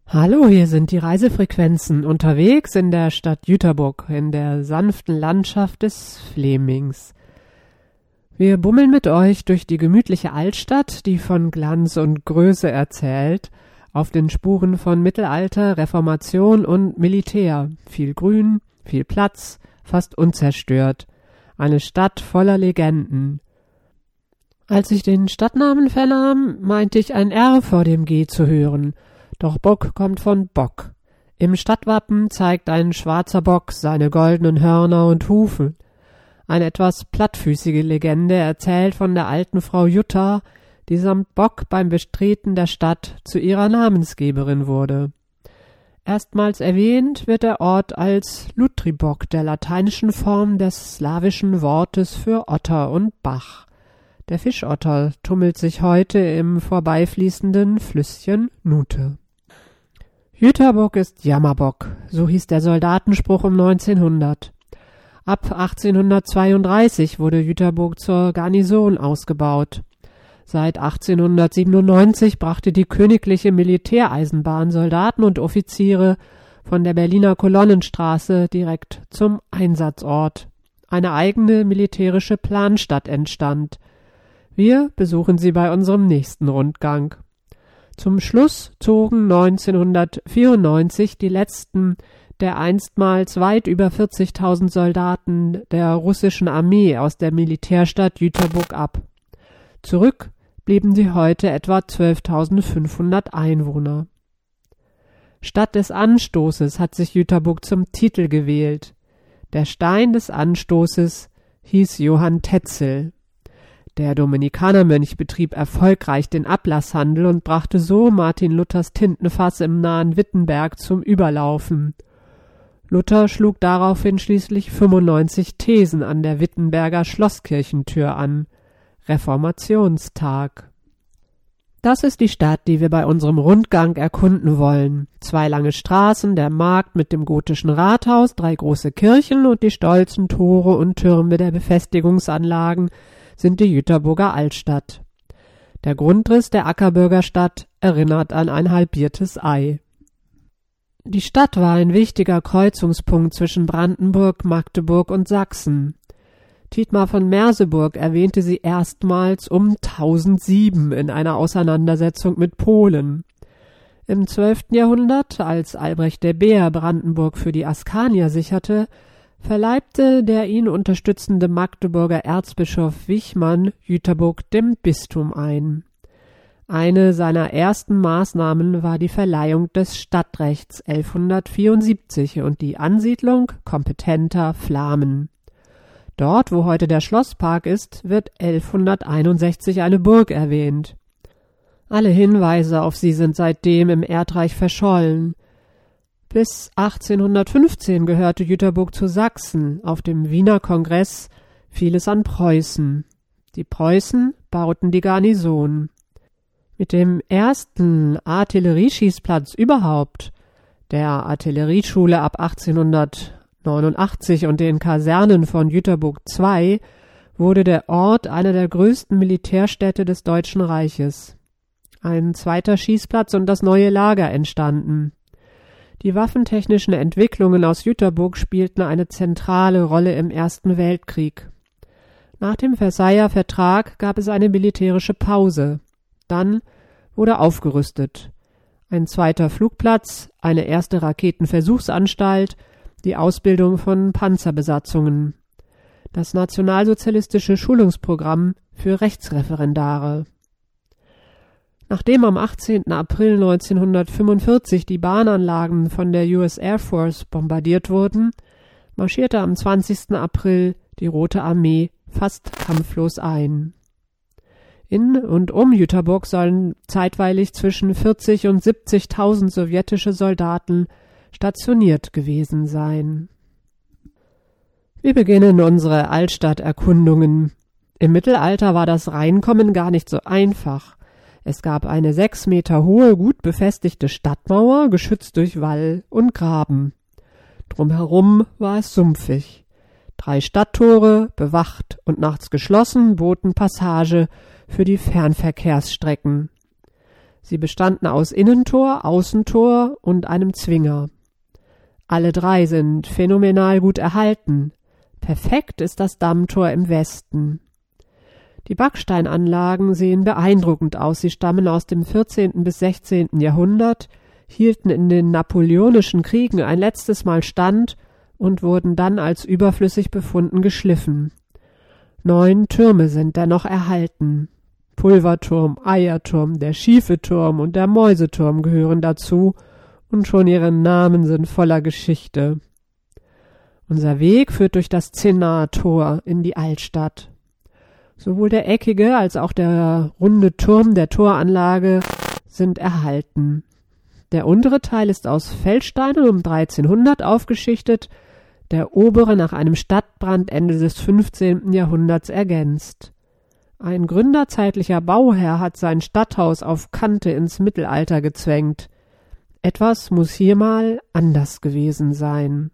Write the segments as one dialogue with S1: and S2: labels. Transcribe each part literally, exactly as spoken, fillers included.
S1: Hallo, hier sind die Reisefrequenzen unterwegs in der Stadt Jüterbock, in der sanften Landschaft des Flemings. Wir bummeln mit euch durch die gemütliche Altstadt, die von Glanz und Größe erzählt, auf den Spuren von Mittelalter, Reformation und Militär. Viel Grün, viel Platz, fast unzerstört. Eine Stadt voller Legenden. Als ich den Stadtnamen vernahm, meinte ich ein R vor dem G zu hören. Doch Bock kommt von Bock. Im Stadtwappen zeigt ein schwarzer Bock seine goldenen Hörner und Hufe. Eine etwas plattfüßige Legende erzählt von der alten Frau Jutta, die samt Bock beim Betreten der Stadt zu ihrer Namensgeberin wurde. Erstmals erwähnt wird der Ort als Lutribok, der lateinischen Form des slawischen Wortes für Otter und Bach. Der Fischotter tummelt sich heute im vorbeifließenden Flüsschen Nuthe. Jüterbock ist Jammerbock, so hieß der Soldatenspruch um neunzehnhundert. Ab achtzehnhundertzweiunddreißig wurde Jüterbock zur Garnison ausgebaut. Seit achtzehnhundertsiebenundneunzig brachte die königliche Militäreisenbahn Soldaten und Offiziere von der Berliner Kolonnenstraße direkt zum Einsatzort. Eine eigene militärische Planstadt entstand. Wir besuchen sie bei unserem nächsten Rundgang. Zum Schluss zogen neunzehnhundertvierundneunzig die letzten der einstmals weit über vierzigtausend Soldaten der russischen Armee aus der Militärstadt Jüterbock ab. Zurück blieben die heute etwa zwölftausendfünfhundert Einwohner. Stadt des Anstoßes hat sich Jüterbock zum Titel gewählt. Der Stein des Anstoßes hieß Johann Tetzel. Der Dominikanermönch betrieb erfolgreich den Ablasshandel und brachte so Martin Luthers Tintenfass im nahen Wittenberg zum Überlaufen. Luther schlug daraufhin schließlich fünfundneunzig Thesen an der Wittenberger Schlosskirchentür an. Reformationstag. Das ist die Stadt, die wir bei unserem Rundgang erkunden wollen. Zwei lange Straßen, der Markt mit dem gotischen Rathaus, drei große Kirchen und die stolzen Tore und Türme der Befestigungsanlagen sind die Jüterbocker Altstadt. Der Grundriss der Ackerbürgerstadt erinnert an ein halbiertes Ei. Die Stadt war ein wichtiger Kreuzungspunkt zwischen Brandenburg, Magdeburg und Sachsen. Dietmar von Merseburg erwähnte sie erstmals um tausendsieben in einer Auseinandersetzung mit Polen. Im zwölften Jahrhundert, als Albrecht der Bär Brandenburg für die Askanier sicherte, verleibte der ihn unterstützende Magdeburger Erzbischof Wichmann Jüterbock dem Bistum ein. Eine seiner ersten Maßnahmen war die Verleihung des Stadtrechts elfhundertvierundsiebzig und die Ansiedlung kompetenter Flamen. Dort, wo heute der Schlosspark ist, wird elfhunderteinundsechzig eine Burg erwähnt. Alle Hinweise auf sie sind seitdem im Erdreich verschollen. Bis achtzehnhundertfünfzehn gehörte Jüterbock zu Sachsen, auf dem Wiener Kongress fiel es an Preußen. Die Preußen bauten die Garnison. Mit dem ersten Artillerieschießplatz überhaupt, der Artillerieschule ab achtzehnhundertneunundachtzig und den Kasernen von Jüterbock zwei, wurde der Ort einer der größten Militärstädte des Deutschen Reiches. Ein zweiter Schießplatz und das neue Lager entstanden. Die waffentechnischen Entwicklungen aus Jüterbock spielten eine zentrale Rolle im Ersten Weltkrieg. Nach dem Versailler Vertrag gab es eine militärische Pause. Dann wurde aufgerüstet. Ein zweiter Flugplatz, eine erste Raketenversuchsanstalt, die Ausbildung von Panzerbesatzungen. Das nationalsozialistische Schulungsprogramm für Rechtsreferendare. Nachdem am achtzehnten April neunzehnhundertfünfundvierzig die Bahnanlagen von der U S Air Force bombardiert wurden, marschierte am zwanzigsten April die Rote Armee fast kampflos ein. In und um Jüterbock sollen zeitweilig zwischen vierzig und siebzigtausend sowjetische Soldaten stationiert gewesen sein. Wir beginnen unsere Altstadterkundungen. Im Mittelalter war das Reinkommen gar nicht so einfach. Es gab eine sechs Meter hohe, gut befestigte Stadtmauer, geschützt durch Wall und Graben. Drumherum war es sumpfig. Drei Stadttore, bewacht und nachts geschlossen, boten Passage für die Fernverkehrsstrecken. Sie bestanden aus Innentor, Außentor und einem Zwinger. Alle drei sind phänomenal gut erhalten. Perfekt ist das Dammtor im Westen. Die Backsteinanlagen sehen beeindruckend aus. Sie stammen aus dem vierzehnten bis sechzehnten Jahrhundert, hielten in den napoleonischen Kriegen ein letztes Mal stand und wurden dann als überflüssig befunden geschliffen. Neun Türme sind dennoch erhalten. Pulverturm, Eierturm, der schiefe Turm und der Mäuseturm gehören dazu, und schon ihre Namen sind voller Geschichte. Unser Weg führt durch das Zinnator in die Altstadt. Sowohl der eckige als auch der runde Turm der Toranlage sind erhalten. Der untere Teil ist aus Feldsteinen um dreizehnhundert aufgeschichtet, der obere nach einem Stadtbrand Ende des fünfzehnten Jahrhunderts ergänzt. Ein gründerzeitlicher Bauherr hat sein Stadthaus auf Kante ins Mittelalter gezwängt. Etwas muss hier mal anders gewesen sein.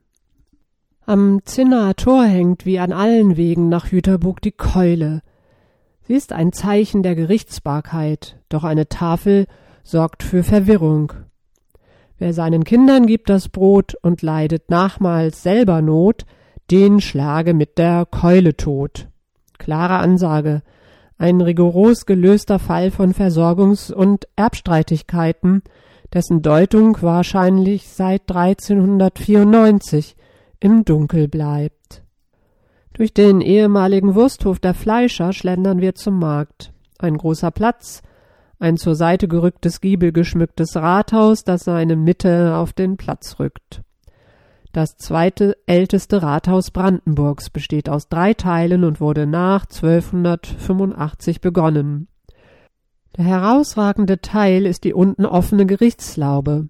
S1: Am Zinnaer Tor hängt wie an allen Wegen nach Jüterbock die Keule. Sie ist ein Zeichen der Gerichtsbarkeit, doch eine Tafel sorgt für Verwirrung. Wer seinen Kindern gibt das Brot und leidet nachmals selber Not, den schlage mit der Keule tot. Klare Ansage, ein rigoros gelöster Fall von Versorgungs- und Erbstreitigkeiten, dessen Deutung wahrscheinlich seit dreizehnhundertvierundneunzig im Dunkel bleibt. Durch den ehemaligen Wursthof der Fleischer schlendern wir zum Markt. Ein großer Platz, ein zur Seite gerücktes giebelgeschmücktes Rathaus, das seine Mitte auf den Platz rückt. Das zweite älteste Rathaus Brandenburgs besteht aus drei Teilen und wurde nach zwölfhundertfünfundachtzig begonnen. Der herausragende Teil ist die unten offene Gerichtslaube.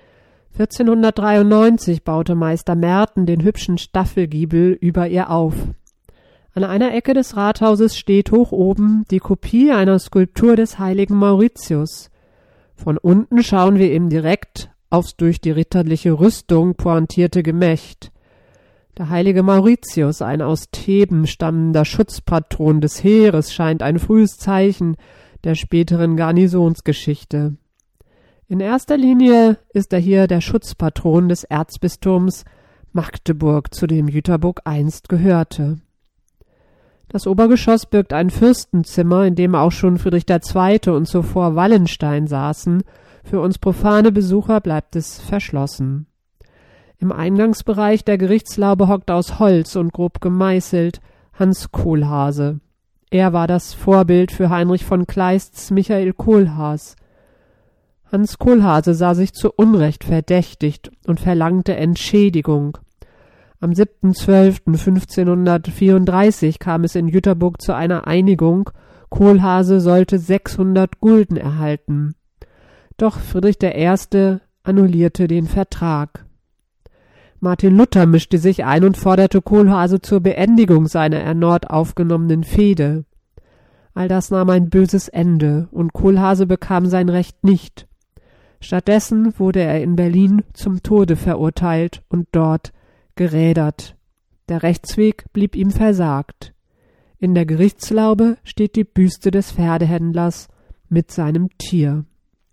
S1: vierzehnhundertdreiundneunzig baute Meister Merten den hübschen Staffelgiebel über ihr auf. An einer Ecke des Rathauses steht hoch oben die Kopie einer Skulptur des heiligen Mauritius. Von unten schauen wir ihm direkt aufs durch die ritterliche Rüstung pointierte Gemächt. Der heilige Mauritius, ein aus Theben stammender Schutzpatron des Heeres, scheint ein frühes Zeichen der späteren Garnisonsgeschichte. In erster Linie ist er hier der Schutzpatron des Erzbistums Magdeburg, zu dem Jüterbock einst gehörte. Das Obergeschoss birgt ein Fürstenzimmer, in dem auch schon Friedrich der Zweite und zuvor Wallenstein saßen. Für uns profane Besucher bleibt es verschlossen. Im Eingangsbereich der Gerichtslaube hockt aus Holz und grob gemeißelt Hans Kohlhase. Er war das Vorbild für Heinrich von Kleists Michael Kohlhaas. Hans Kohlhase sah sich zu Unrecht verdächtigt und verlangte Entschädigung. Am siebten zwölften fünfzehnhundertvierunddreißig kam es in Jüterbock zu einer Einigung, Kohlhase sollte sechshundert Gulden erhalten. Doch Friedrich der Erste annullierte den Vertrag. Martin Luther mischte sich ein und forderte Kohlhase zur Beendigung seiner erneut aufgenommenen Fehde. All das nahm ein böses Ende, und Kohlhase bekam sein Recht nicht. Stattdessen wurde er in Berlin zum Tode verurteilt und dort gerädert. Der Rechtsweg blieb ihm versagt. In der Gerichtslaube steht die Büste des Pferdehändlers mit seinem Tier.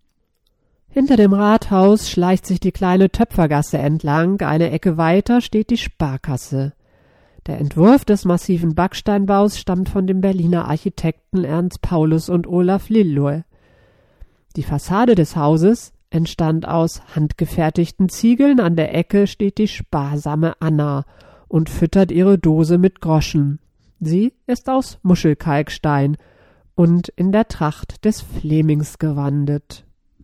S1: Hinter dem Rathaus schleicht sich die kleine Töpfergasse entlang, eine Ecke weiter steht die Sparkasse. Der Entwurf des massiven Backsteinbaus stammt von den Berliner Architekten Ernst Paulus und Olaf Lilloe. Die Fassade des Hauses entstand aus handgefertigten Ziegeln, an der Ecke steht die sparsame Anna und füttert ihre Dose mit Groschen. Sie ist aus Muschelkalkstein und in der Tracht des Flemings gewandet.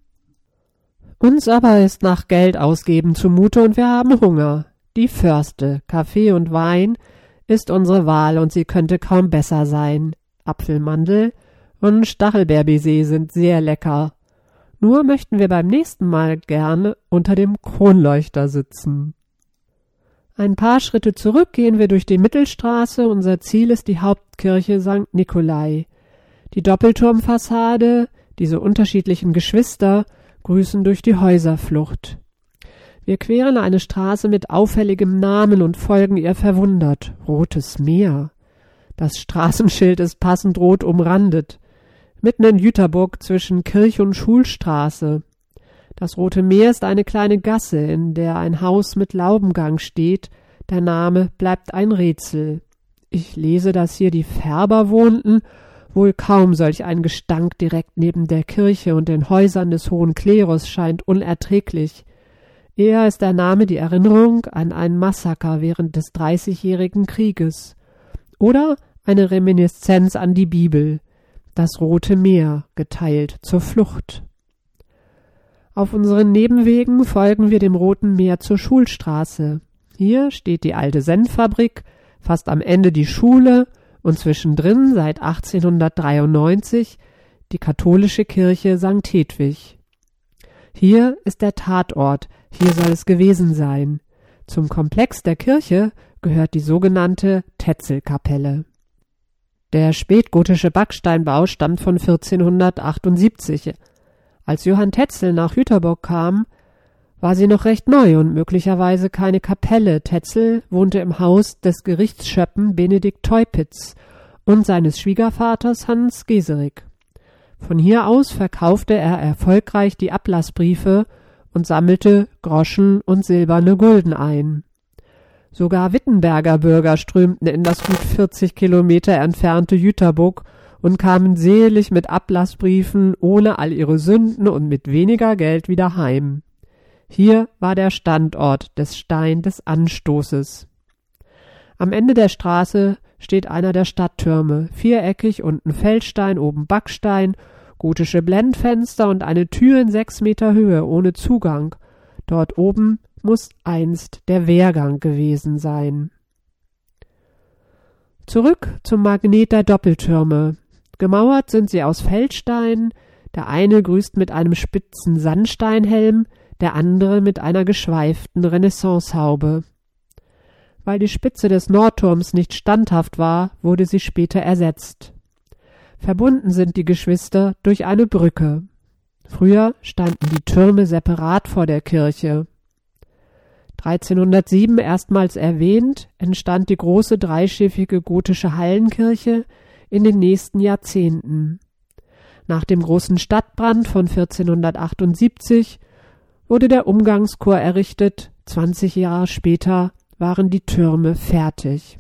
S1: Uns aber ist nach Geld ausgeben zumute und wir haben Hunger. Die Förste, Kaffee und Wein ist unsere Wahl und sie könnte kaum besser sein. Apfelmandel und Stachelbeerbaiser sind sehr lecker. Nur möchten wir beim nächsten Mal gerne unter dem Kronleuchter sitzen. Ein paar Schritte zurück gehen wir durch die Mittelstraße. Unser Ziel ist die Hauptkirche Sankt Nikolai. Die Doppelturmfassade, diese unterschiedlichen Geschwister, grüßen durch die Häuserflucht. Wir queren eine Straße mit auffälligem Namen und folgen ihr verwundert. Rotes Meer. Das Straßenschild ist passend rot umrandet. mitten in Jüterbock zwischen Kirch- und Schulstraße. Das Rote Meer ist eine kleine Gasse, in der ein Haus mit Laubengang steht. Der Name bleibt ein Rätsel. Ich lese, dass hier die Färber wohnten. Wohl kaum solch ein Gestank direkt neben der Kirche und den Häusern des hohen Klerus scheint unerträglich. Eher ist der Name die Erinnerung an ein Massaker während des Dreißigjährigen Krieges. Oder eine Reminiszenz an die Bibel. Das Rote Meer, geteilt zur Flucht. Auf unseren Nebenwegen folgen wir dem Roten Meer zur Schulstraße. Hier steht die alte Senfabrik, fast am Ende die Schule und zwischendrin seit achtzehnhundertdreiundneunzig die katholische Kirche Sankt Hedwig. Hier ist der Tatort, hier soll es gewesen sein. Zum Komplex der Kirche gehört die sogenannte Tetzelkapelle. Der spätgotische Backsteinbau stammt von vierzehnhundertachtundsiebzig. Als Johann Tetzel nach Jüterbock kam, war sie noch recht neu und möglicherweise keine Kapelle. Tetzel wohnte im Haus des Gerichtsschöppen Benedikt Teupitz und seines Schwiegervaters Hans Geserik. Von hier aus verkaufte er erfolgreich die Ablassbriefe und sammelte Groschen und silberne Gulden ein. Sogar Wittenberger Bürger strömten in das gut vierzig Kilometer entfernte Jüterbock und kamen selig mit Ablassbriefen ohne all ihre Sünden und mit weniger Geld wieder heim. Hier war der Standort des Stein des Anstoßes. Am Ende der Straße steht einer der Stadttürme, viereckig, unten Feldstein, oben Backstein, gotische Blendfenster und eine Tür in sechs Meter Höhe ohne Zugang. Dort oben muss einst der Wehrgang gewesen sein. Zurück zum Magnet der Doppeltürme. Gemauert sind sie aus Feldstein, der eine grüßt mit einem spitzen Sandsteinhelm, der andere mit einer geschweiften Renaissancehaube. Weil die Spitze des Nordturms nicht standhaft war, wurde sie später ersetzt. Verbunden sind die Geschwister durch eine Brücke. Früher standen die Türme separat vor der Kirche. dreizehnhundertsieben erstmals erwähnt, entstand die große dreischiffige gotische Hallenkirche in den nächsten Jahrzehnten. Nach dem großen Stadtbrand von vierzehnhundertachtundsiebzig wurde der Umgangschor errichtet, zwanzig Jahre später waren die Türme fertig.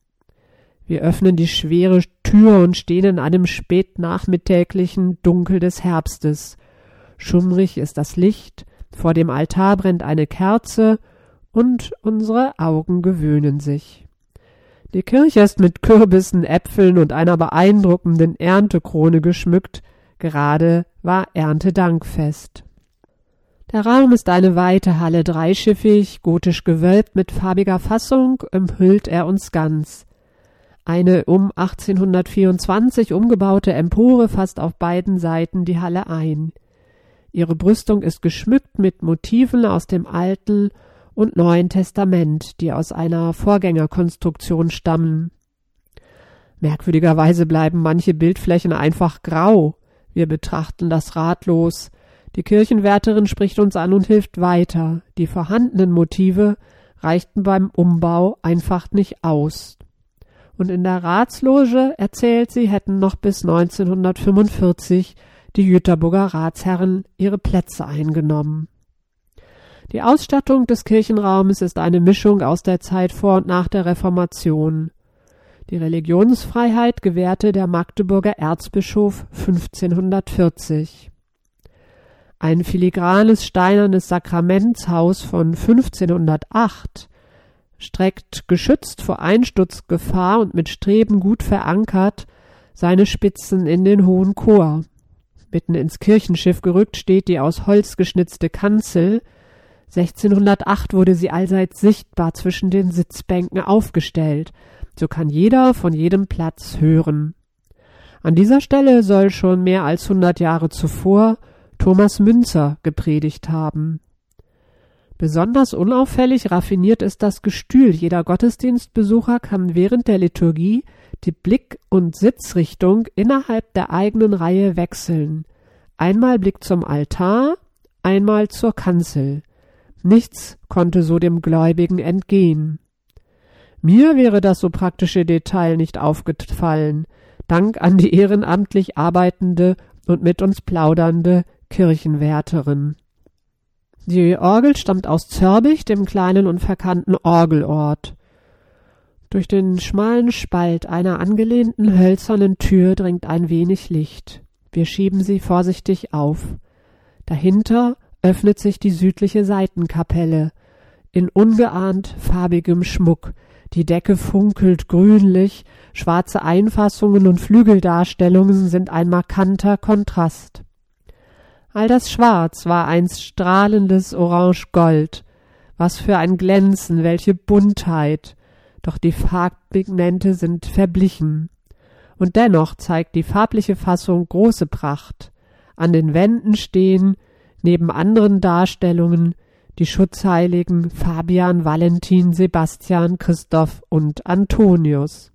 S1: Wir öffnen die schwere Tür und stehen in einem spätnachmittäglichen Dunkel des Herbstes. Schummrig ist das Licht, vor dem Altar brennt eine Kerze und unsere Augen gewöhnen sich. Die Kirche ist mit Kürbissen, Äpfeln und einer beeindruckenden Erntekrone geschmückt. Gerade war Erntedankfest. Der Raum ist eine weite Halle, dreischiffig, gotisch gewölbt mit farbiger Fassung, umhüllt er uns ganz. Eine um achtzehnhundertvierundzwanzig umgebaute Empore fasst auf beiden Seiten die Halle ein. Ihre Brüstung ist geschmückt mit Motiven aus dem Alten und Neuen Testament, die aus einer Vorgängerkonstruktion stammen. Merkwürdigerweise bleiben manche Bildflächen einfach grau. Wir betrachten das ratlos. Die Kirchenwärterin spricht uns an und hilft weiter. Die vorhandenen Motive reichten beim Umbau einfach nicht aus. Und in der Ratsloge, erzählt sie, hätten noch bis neunzehnhundertfünfundvierzig die Jüterburger Ratsherren ihre Plätze eingenommen. Die Ausstattung des Kirchenraumes ist eine Mischung aus der Zeit vor und nach der Reformation. Die Religionsfreiheit gewährte der Magdeburger Erzbischof fünfzehnhundertvierzig. Ein filigranes steinernes Sakramentshaus von fünfzehnhundertacht streckt, geschützt vor Einsturzgefahr und mit Streben gut verankert, seine Spitzen in den hohen Chor. Mitten ins Kirchenschiff gerückt steht die aus Holz geschnitzte Kanzel. sechzehnhundertacht wurde sie allseits sichtbar zwischen den Sitzbänken aufgestellt. So kann jeder von jedem Platz hören. An dieser Stelle soll schon mehr als hundert Jahre zuvor Thomas Münzer gepredigt haben. Besonders unauffällig raffiniert ist das Gestühl. Jeder Gottesdienstbesucher kann während der Liturgie die Blick- und Sitzrichtung innerhalb der eigenen Reihe wechseln. Einmal Blick zum Altar, einmal zur Kanzel. Nichts konnte so dem Gläubigen entgehen. Mir wäre das so praktische Detail nicht aufgefallen. Dank an die ehrenamtlich arbeitende und mit uns plaudernde Kirchenwärterin. Die Orgel stammt aus Zörbig, dem kleinen und verkannten Orgelort. Durch den schmalen Spalt einer angelehnten hölzernen Tür dringt ein wenig Licht. Wir schieben sie vorsichtig auf. Dahinter öffnet sich die südliche Seitenkapelle, in ungeahnt farbigem Schmuck. Die Decke funkelt grünlich, schwarze Einfassungen und Flügeldarstellungen sind ein markanter Kontrast. All das Schwarz war einst strahlendes Orange-Gold. Was für ein Glänzen, welche Buntheit! Doch die Farbpigmente sind verblichen. Und dennoch zeigt die farbliche Fassung große Pracht. An den Wänden stehen, neben anderen Darstellungen, die Schutzheiligen Fabian, Valentin, Sebastian, Christoph und Antonius.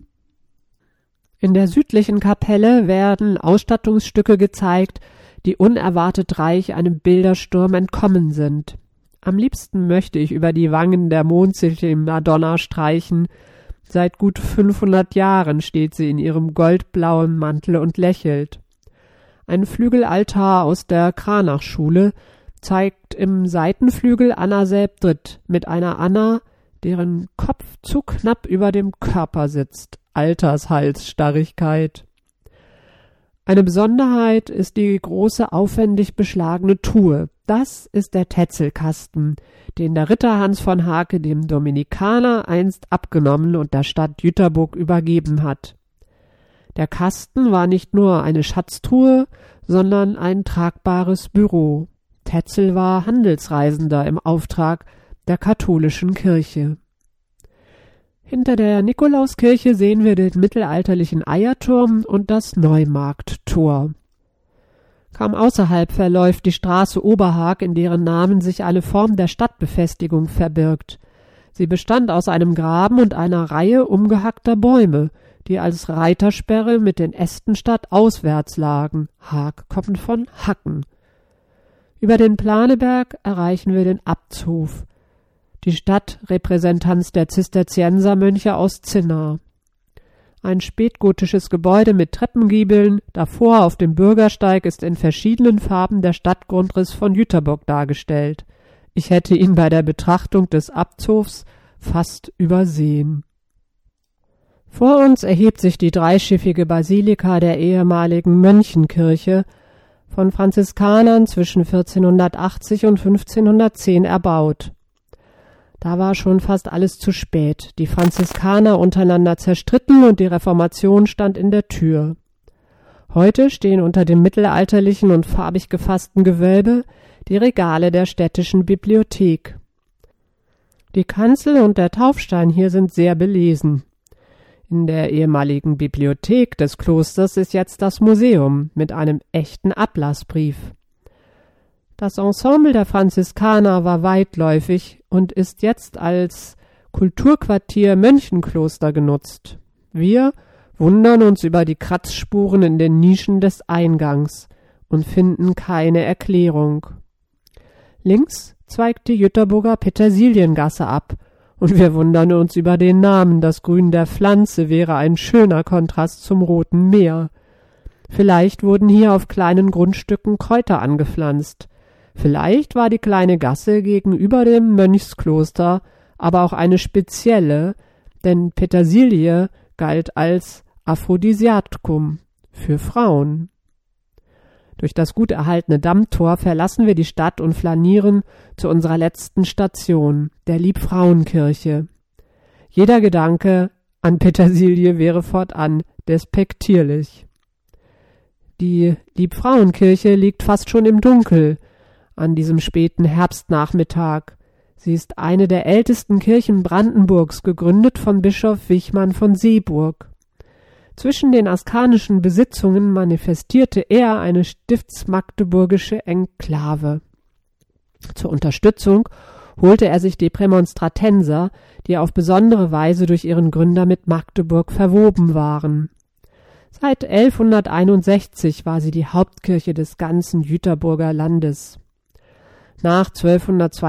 S1: In der südlichen Kapelle werden Ausstattungsstücke gezeigt, die unerwartet reich einem Bildersturm entkommen sind. Am liebsten möchte ich über die Wangen der mondsichtigen Madonna streichen. Seit gut fünfhundert Jahren steht sie in ihrem goldblauen Mantel und lächelt. Ein Flügelaltar aus der Kranachschule zeigt im Seitenflügel Anna selbdritt mit einer Anna, deren Kopf zu knapp über dem Körper sitzt. Altershalsstarrigkeit. Eine Besonderheit ist die große, aufwendig beschlagene Truhe. Das ist der Tetzelkasten, den der Ritter Hans von Hake dem Dominikaner einst abgenommen und der Stadt Jüterbock übergeben hat. Der Kasten war nicht nur eine Schatztruhe, sondern ein tragbares Büro. Tetzel war Handelsreisender im Auftrag der katholischen Kirche. Hinter der Nikolauskirche sehen wir den mittelalterlichen Eierturm und das Neumarkttor. Kaum außerhalb verläuft die Straße Oberhaag, in deren Namen sich eine Form der Stadtbefestigung verbirgt. Sie bestand aus einem Graben und einer Reihe umgehackter Bäume, die als Reitersperre mit den Ästen stadtauswärts lagen. Haag kommt von Hacken. Über den Planeberg erreichen wir den Abtshof, die Stadtrepräsentanz der Zisterziensermönche aus Zinna. Ein spätgotisches Gebäude mit Treppengiebeln, davor auf dem Bürgersteig ist in verschiedenen Farben der Stadtgrundriss von Jüterbock dargestellt. Ich hätte ihn bei der Betrachtung des Abtshofs fast übersehen. Vor uns erhebt sich die dreischiffige Basilika der ehemaligen Mönchenkirche, von Franziskanern zwischen vierzehnhundertachtzig und fünfzehnhundertzehn erbaut. Da war schon fast alles zu spät, die Franziskaner untereinander zerstritten und die Reformation stand in der Tür. Heute stehen unter dem mittelalterlichen und farbig gefassten Gewölbe die Regale der städtischen Bibliothek. Die Kanzel und der Taufstein hier sind sehr belesen. In der ehemaligen Bibliothek des Klosters ist jetzt das Museum mit einem echten Ablassbrief. Das Ensemble der Franziskaner war weitläufig und ist jetzt als Kulturquartier Mönchenkloster genutzt. Wir wundern uns über die Kratzspuren in den Nischen des Eingangs und finden keine Erklärung. Links zweigt die Jüterbocker Petersiliengasse ab und wir wundern uns über den Namen. Das Grün der Pflanze wäre ein schöner Kontrast zum Roten Meer. Vielleicht wurden hier auf kleinen Grundstücken Kräuter angepflanzt. Vielleicht war die kleine Gasse gegenüber dem Mönchskloster aber auch eine spezielle, denn Petersilie galt als Aphrodisiakum für Frauen. Durch das gut erhaltene Dammtor verlassen wir die Stadt und flanieren zu unserer letzten Station, der Liebfrauenkirche. Jeder Gedanke an Petersilie wäre fortan despektierlich. Die Liebfrauenkirche liegt fast schon im Dunkel an diesem späten Herbstnachmittag. Sie ist eine der ältesten Kirchen Brandenburgs, gegründet von Bischof Wichmann von Seeburg. Zwischen den askanischen Besitzungen manifestierte er eine stiftsmagdeburgische Enklave. Zur Unterstützung holte er sich die Prämonstratenser, die auf besondere Weise durch ihren Gründer mit Magdeburg verwoben waren. Seit elfhunderteinundsechzig war sie die Hauptkirche des ganzen Jüterburger Landes. Nach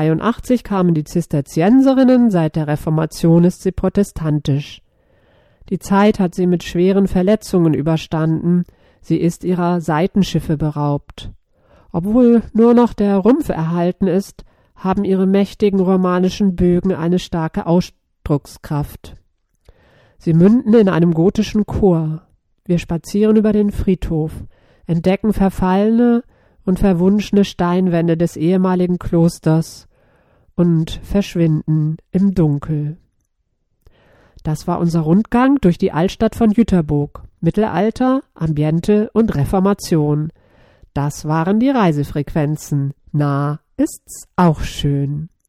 S1: zwölfhundertzweiundachtzig kamen die Zisterzienserinnen, seit der Reformation ist sie protestantisch. Die Zeit hat sie mit schweren Verletzungen überstanden, sie ist ihrer Seitenschiffe beraubt. Obwohl nur noch der Rumpf erhalten ist, haben ihre mächtigen romanischen Bögen eine starke Ausdruckskraft. Sie münden in einem gotischen Chor. Wir spazieren über den Friedhof, entdecken verfallene und verwunschene Steinwände des ehemaligen Klosters und verschwinden im Dunkel. Das war unser Rundgang durch die Altstadt von Jüterbock. Mittelalter, Ambiente und Reformation. Das waren die Reisefrequenzen. Na, ist's auch schön.